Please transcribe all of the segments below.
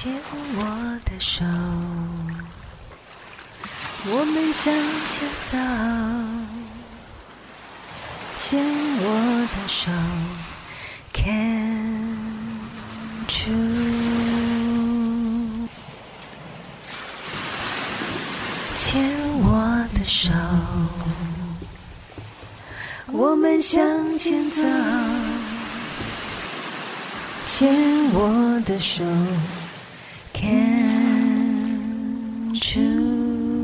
牵我的手，我们向前走，牵我的手 Can true， 牵我的手，我们向前走，牵我的手 Can true。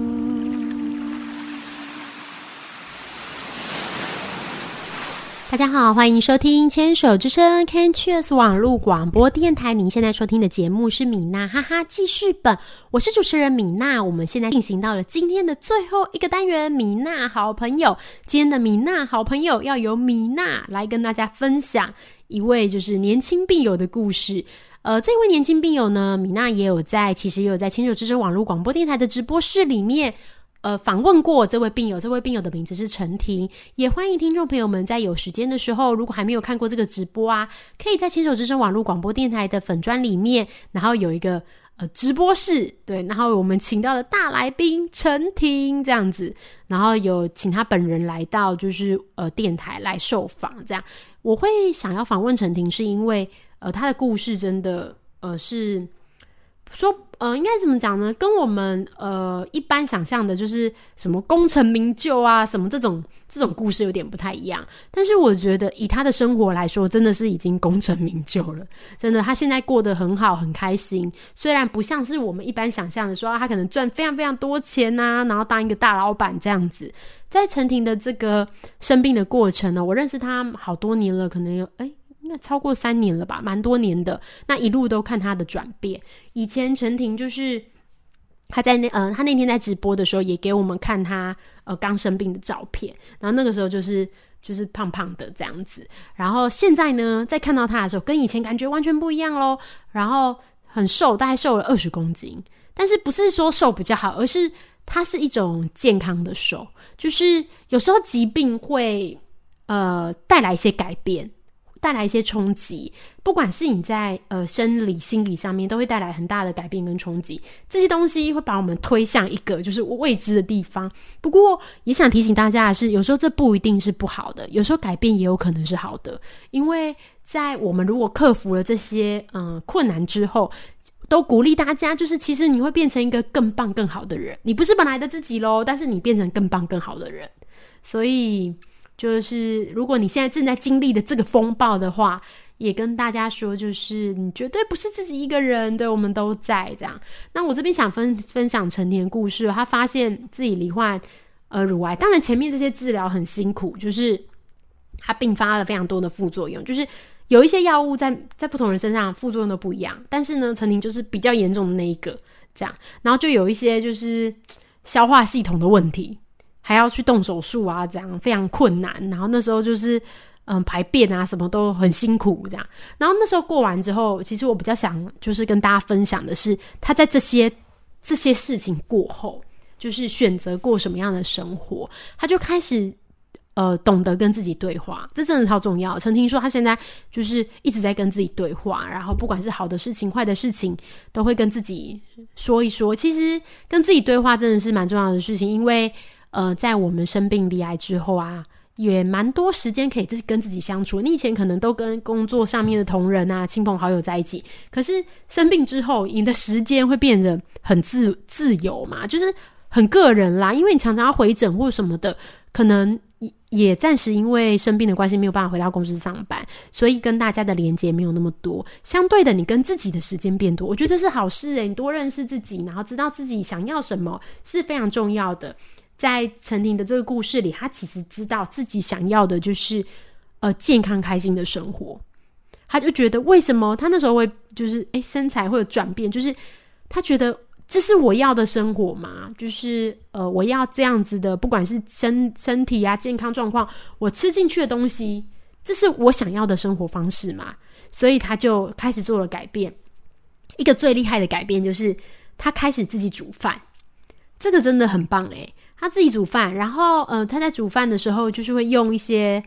大家好，欢迎收听牵手之声 Can Cheers 网络广播电台。您现在收听的节目是米娜哈哈记事本，我是主持人米娜。我们现在进行到了今天的最后一个单元，米娜好朋友。今天的米娜好朋友要由米娜来跟大家分享一位就是年轻病友的故事。这位年轻病友呢，米娜其实也有在牵手之声网络广播电台的直播室里面访问过这位病友。这位病友的名字是陈婷，也欢迎听众朋友们在有时间的时候，如果还没有看过这个直播啊，可以在牵手之声网络广播电台的粉专里面，然后有一个直播室，对，然后我们请到的大来宾陈婷这样子，然后有请他本人来到就是电台来受访这样。我会想要访问陈婷是因为他的故事真的是说应该怎么讲呢？跟我们一般想象的就是什么功成名就啊，什么这种故事有点不太一样。但是我觉得以他的生活来说，真的是已经功成名就了。真的，他现在过得很好，很开心。虽然不像是我们一般想象的说他可能赚非常非常多钱啊，然后当一个大老板这样子。在陈婷的这个生病的过程呢，我认识他好多年了，可能有应该超过3年了吧，蛮多年的。那一路都看他的转变。以前陈婷就是他在他那天在直播的时候也给我们看他刚生病的照片，然后那个时候就是胖胖的这样子。然后现在呢，在看到他的时候，跟以前感觉完全不一样咯。然后很瘦，大概瘦了20公斤，但是不是说瘦比较好，而是它是一种健康的瘦。就是有时候疾病会带来一些改变，带来一些冲击，不管是你在生理心理上面都会带来很大的改变跟冲击。这些东西会把我们推向一个就是未知的地方。不过也想提醒大家的是，有时候这不一定是不好的，有时候改变也有可能是好的。因为在我们如果克服了这些困难之后，都鼓励大家，就是其实你会变成一个更棒更好的人。你不是本来的自己咯，但是你变成更棒更好的人。所以就是如果你现在正在经历的这个风暴的话，也跟大家说，就是你绝对不是自己一个人，对，我们都在这样。那我这边想分享陈婷的故事。他发现自己罹患乳癌，当然前面这些治疗很辛苦，就是他并发了非常多的副作用，就是有一些药物在不同人身上副作用都不一样，但是呢，陈婷就是比较严重的那一个这样。然后就有一些就是消化系统的问题，还要去动手术啊，这样非常困难。然后那时候就是排便啊什么都很辛苦这样。然后那时候过完之后，其实我比较想就是跟大家分享的是，他在这些事情过后，就是选择过什么样的生活，他就开始懂得跟自己对话。这真的超重要。陈婷说他现在就是一直在跟自己对话，然后不管是好的事情坏的事情都会跟自己说一说。其实跟自己对话真的是蛮重要的事情，因为在我们生病罹癌之后啊，也蛮多时间可以跟自己相处。你以前可能都跟工作上面的同仁啊亲朋好友在一起，可是生病之后你的时间会变得很自由嘛，就是很个人啦。因为你常常要回诊或什么的，可能也暂时因为生病的关系没有办法回到公司上班，所以跟大家的连结没有那么多。相对的，你跟自己的时间变多，我觉得这是好事你多认识自己，然后知道自己想要什么是非常重要的。在陈婷的这个故事里，他其实知道自己想要的就是健康开心的生活。他就觉得为什么他那时候会就是身材会有转变，就是他觉得这是我要的生活嘛，就是我要这样子的，不管是身体啊健康状况，我吃进去的东西，这是我想要的生活方式嘛。所以他就开始做了改变。一个最厉害的改变就是他开始自己煮饭，这个真的很棒他自己煮饭，然后他在煮饭的时候就是会用一些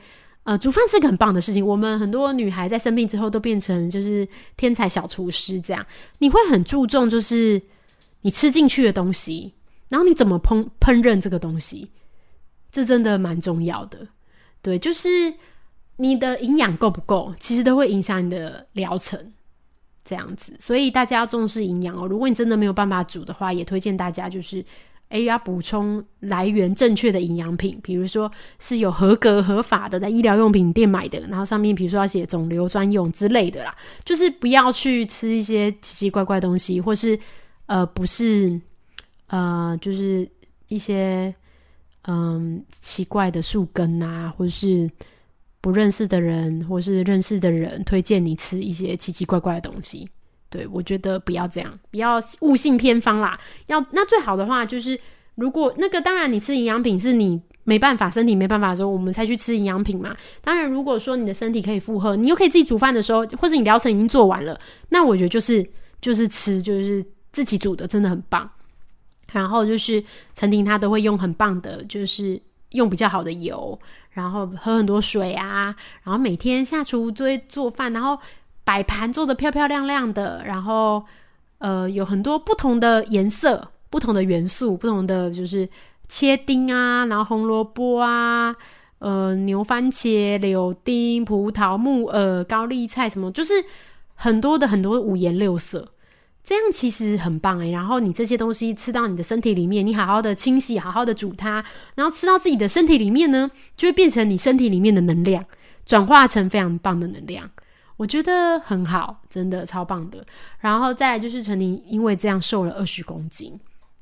煮饭是个很棒的事情，我们很多女孩在生病之后都变成就是天才小厨师这样。你会很注重就是你吃进去的东西，然后你怎么烹饪这个东西，这真的蛮重要的。对，就是你的营养够不够，其实都会影响你的疗程这样子。所以大家要重视营养哦。如果你真的没有办法煮的话，也推荐大家就是要补充来源正确的营养品，比如说是有合格合法的在医疗用品店买的，然后上面比如说要写肿瘤专用之类的啦，就是不要去吃一些奇奇怪怪的东西，或是不是就是一些奇怪的树根啊，或是不认识的人或是认识的人推荐你吃一些奇奇怪怪的东西。对，我觉得不要这样，不要误信偏方啦。那最好的话就是，如果那个当然你吃营养品是你没办法，身体没办法的时候，我们才去吃营养品嘛。当然，如果说你的身体可以负荷，你又可以自己煮饭的时候，或是你疗程已经做完了，那我觉得就是吃，就是自己煮的，真的很棒。然后就是陈婷她都会用很棒的，就是用比较好的油，然后喝很多水啊，然后每天下厨做饭，然后摆盘做得漂漂亮亮的，然后有很多不同的颜色、不同的元素、不同的就是切丁啊，然后红萝卜啊、牛番茄、柳丁、葡萄、木耳、高丽菜什么，就是很多五颜六色。这样其实很棒然后你这些东西吃到你的身体里面，你好好的清洗，好好的煮它，然后吃到自己的身体里面呢，就会变成你身体里面的能量，转化成非常棒的能量。我觉得很好，真的超棒的。然后再来就是陈婷因为这样瘦了20公斤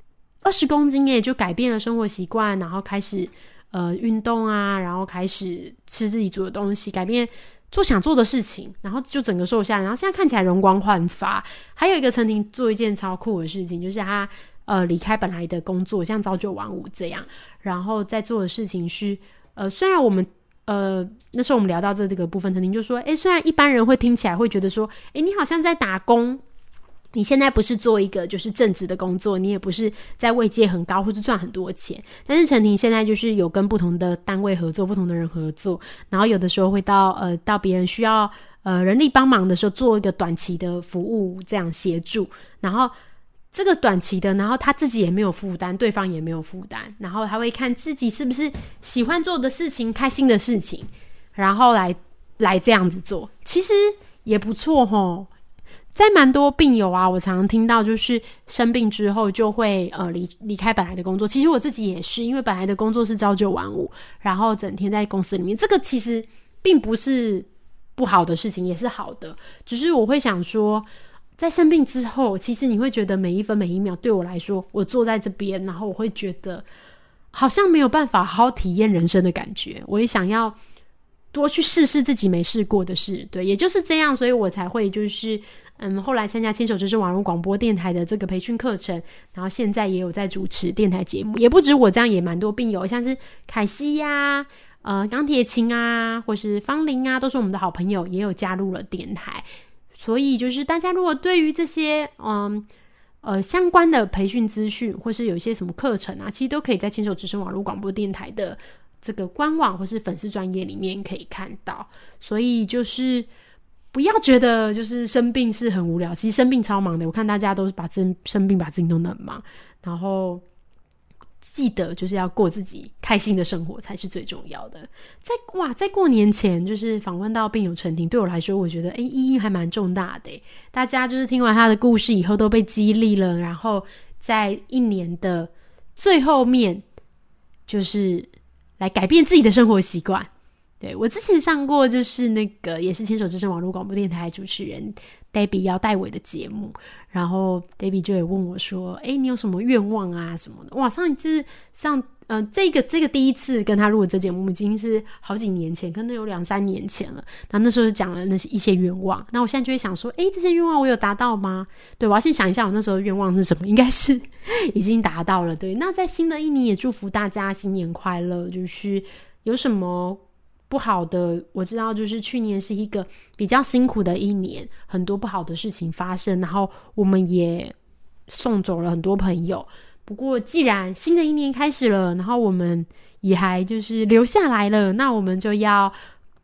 ，20公斤就改变了生活习惯，然后开始运动啊，然后开始吃自己煮的东西，改变做想做的事情，然后就整个瘦下来，然后现在看起来容光焕发。还有一个陈婷做一件超酷的事情，就是她离开本来的工作，像朝9晚5这样，然后在做的事情是虽然我们那时候我们聊到这个部分，陈婷就说虽然一般人会听起来会觉得说你好像在打工，你现在不是做一个就是正职的工作，你也不是在位阶很高或是赚很多钱，但是陈婷现在就是有跟不同的单位合作，不同的人合作，然后有的时候会到别人需要人力帮忙的时候做一个短期的服务，这样协助，然后这个短期的，然后他自己也没有负担，对方也没有负担，然后他会看自己是不是喜欢做的事情，开心的事情，然后来这样子做，其实也不错齁。在蛮多病友啊，我常常听到就是生病之后就会离开本来的工作。其实我自己也是，因为本来的工作是朝9晚5，然后整天在公司里面，这个其实并不是不好的事情，也是好的。只是我会想说，在生病之后，其实你会觉得每一分每一秒对我来说，我坐在这边，然后我会觉得好像没有办法好好体验人生的感觉。我也想要多去试试自己没试过的事，对，也就是这样，所以我才会就是后来参加牵手之声网络广播电台的这个培训课程，然后现在也有在主持电台节目，也不止我这样，也蛮多病友，像是凯西呀、钢铁琴啊，或是方玲啊，都是我们的好朋友，也有加入了电台。所以就是大家如果对于这些相关的培训资讯，或是有一些什么课程啊，其实都可以在牵手之声网络广播电台的这个官网或是粉丝专页里面可以看到。所以就是不要觉得就是生病是很无聊，其实生病超忙的，我看大家都是生病把自己弄得很忙，然后记得就是要过自己开心的生活才是最重要的。在过年前就是访问到病友陈婷，对我来说我觉得意义还蛮重大的大家就是听完他的故事以后都被激励了，然后在一年的最后面就是来改变自己的生活习惯。对，我之前上过就是那个也是牵手之声网络广播电台主持人 Debbie 要带尾的节目，然后 Debbie 就也问我说你有什么愿望啊什么的。哇，上一次这个第一次跟他录的这节目已经是好几年前，可能有2-3年前了，然后那时候就讲了那些一些愿望，那我现在就会想说这些愿望我有达到吗？对，我要先想一下我那时候的愿望是什么，应该是已经达到了。对，那在新的一年也祝福大家新年快乐，就是有什么不好的，我知道就是去年是一个比较辛苦的一年，很多不好的事情发生，然后我们也送走了很多朋友。不过既然新的一年开始了，然后我们也还就是留下来了，那我们就要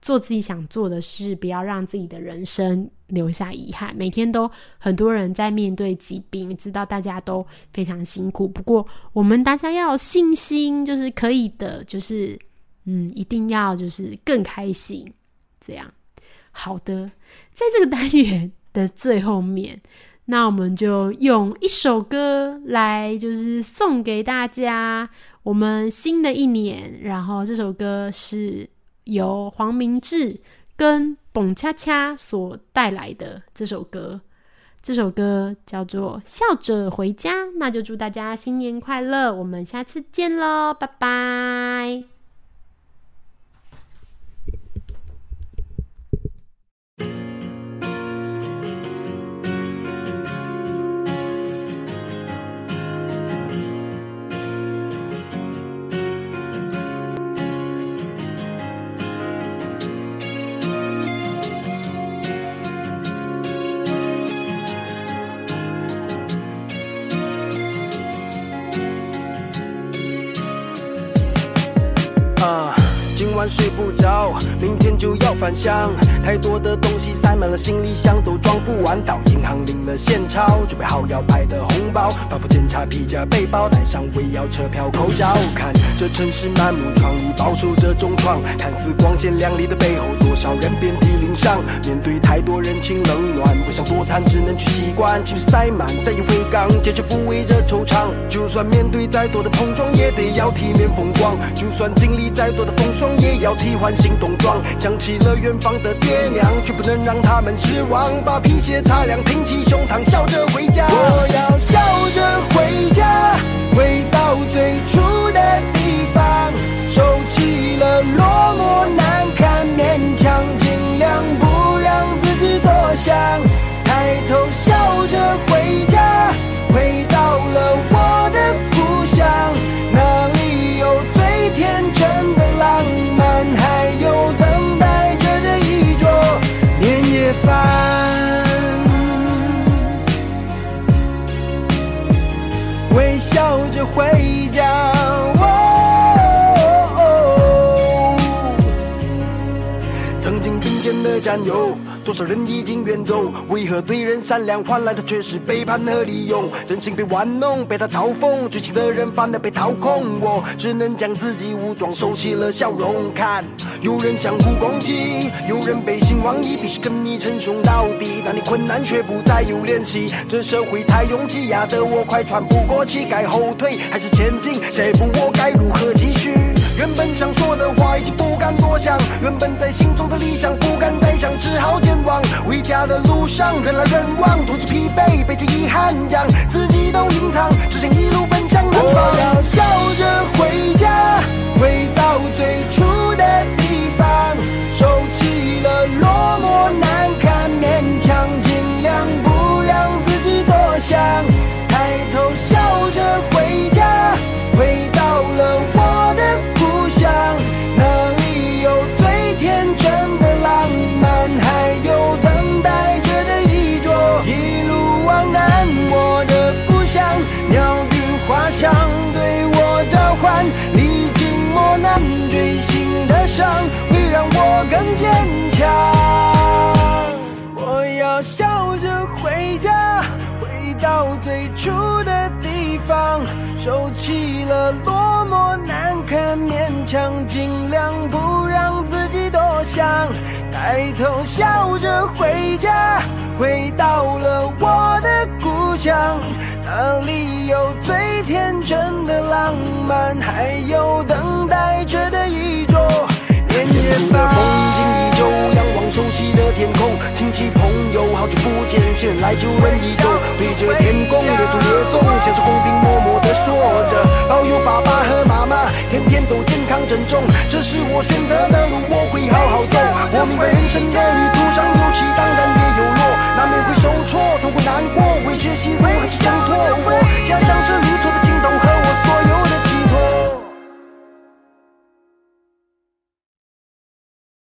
做自己想做的事，不要让自己的人生留下遗憾。每天都很多人在面对疾病，知道大家都非常辛苦，不过我们大家要有信心，就是可以的，就是一定要就是更开心，这样。好的，在这个单元的最后面，那我们就用一首歌来就是送给大家我们新的一年，然后这首歌是由黄明志跟蹦恰恰所带来的这首歌叫做笑着回家。那就祝大家新年快乐，我们下次见咯，拜拜。 今晚睡不着，明天就要返乡，太多的东西塞满了行李箱，都装不完。到银行领了现钞，准备好要派的红包，反复检查皮夹背包，带上胃药车票口罩。看这城市满目疮痍，饱受这重创，看似光鲜亮丽的背后，多少人遍体鳞伤。面对太多人情冷暖，不想多谈，只能去习惯。情绪塞满，再也回港，坚持抚慰着惆怅。就算面对再多的碰撞，也得要体面风光。就算经历再多的风霜，也要替换新童装。想起了远方的爹娘，却不能让他们失望。把皮鞋擦亮，挺起胸膛，笑着回家。我要笑着回家，回到最初的地方，收起了落寞难堪勉强，尽量不让自己多想。抬头笑着回家，回到了我的故乡，那里有最天真的浪漫，还有等待着的一桌年夜饭。微笑着回家，曾经并肩的战友，多少人已经远走，为何对人善良换来的却是背叛和利用？真心被玩弄，被他嘲讽，追求的人反而被掏空，我只能将自己武装，收起了笑容。看，有人相互攻击，有人背信忘义，必须跟你称兄道弟，但你困难却不再有联系。这社会太拥挤，压得我快喘不过气，该后退还是前进？下一步我该如何继续？原本想说的话已经不敢多想，原本在心中的理想不敢再想，只好健忘。回家的路上人来人往，拖着疲惫，背着遗憾，将自己都隐藏，只想一路奔向南方。我要笑着回家，回到最初的地方，收起了落寞难堪勉强，尽量不让自己多想。抬头笑着回家，回到了我的故乡，那里有最天真的浪漫，还有等待着的一桌。一路往南，我的故乡，鸟语花香对我召唤，历经磨难，锥心的伤会让我更坚强。我要笑着回家，回到最初的地方，收起了落寞难堪勉强，尽量不让自己多想。抬头笑着回家，回到了我的故乡，那里有最天真的浪漫，还有等待着的一桌年夜饭。风景依旧，仰望熟悉的天空，亲戚朋友好久不见，新人来旧人依旧，对着天空列祖列宗，像是公屏默默地说着，保佑爸爸和妈妈天天都健康珍重，这是我选择的路，我会好好走。我明白人生的旅